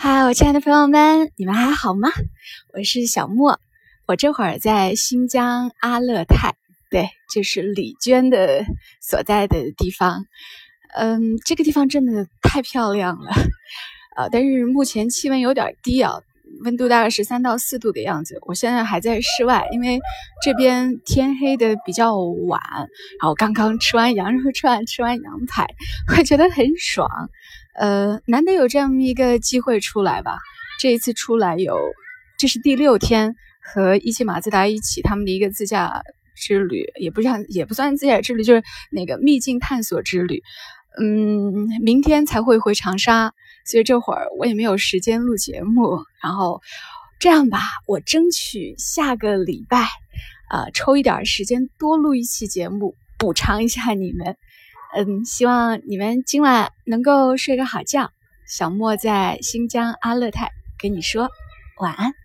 嗨，我亲爱的朋友们，你们还好吗？我是小莫，我这会儿在新疆阿勒泰，对，就是李娟的所在的地方。这个地方真的太漂亮了，但是目前气温有点低啊，温度大概13到4度的样子。我现在还在室外，因为这边天黑的比较晚，然后刚刚吃完羊肉串，吃完羊排，我觉得很爽。难得有这样一个机会出来吧。这一次出来这是第6天，和一汽马自达一起他们的一个自驾之旅，也不算自驾之旅，就是那个秘境探索之旅。明天才会回长沙，所以这会儿我也没有时间录节目。然后这样吧，我争取下个礼拜抽一点时间多录一期节目，补偿一下你们。希望你们今晚能够睡个好觉。小莫在新疆阿勒泰跟你说晚安。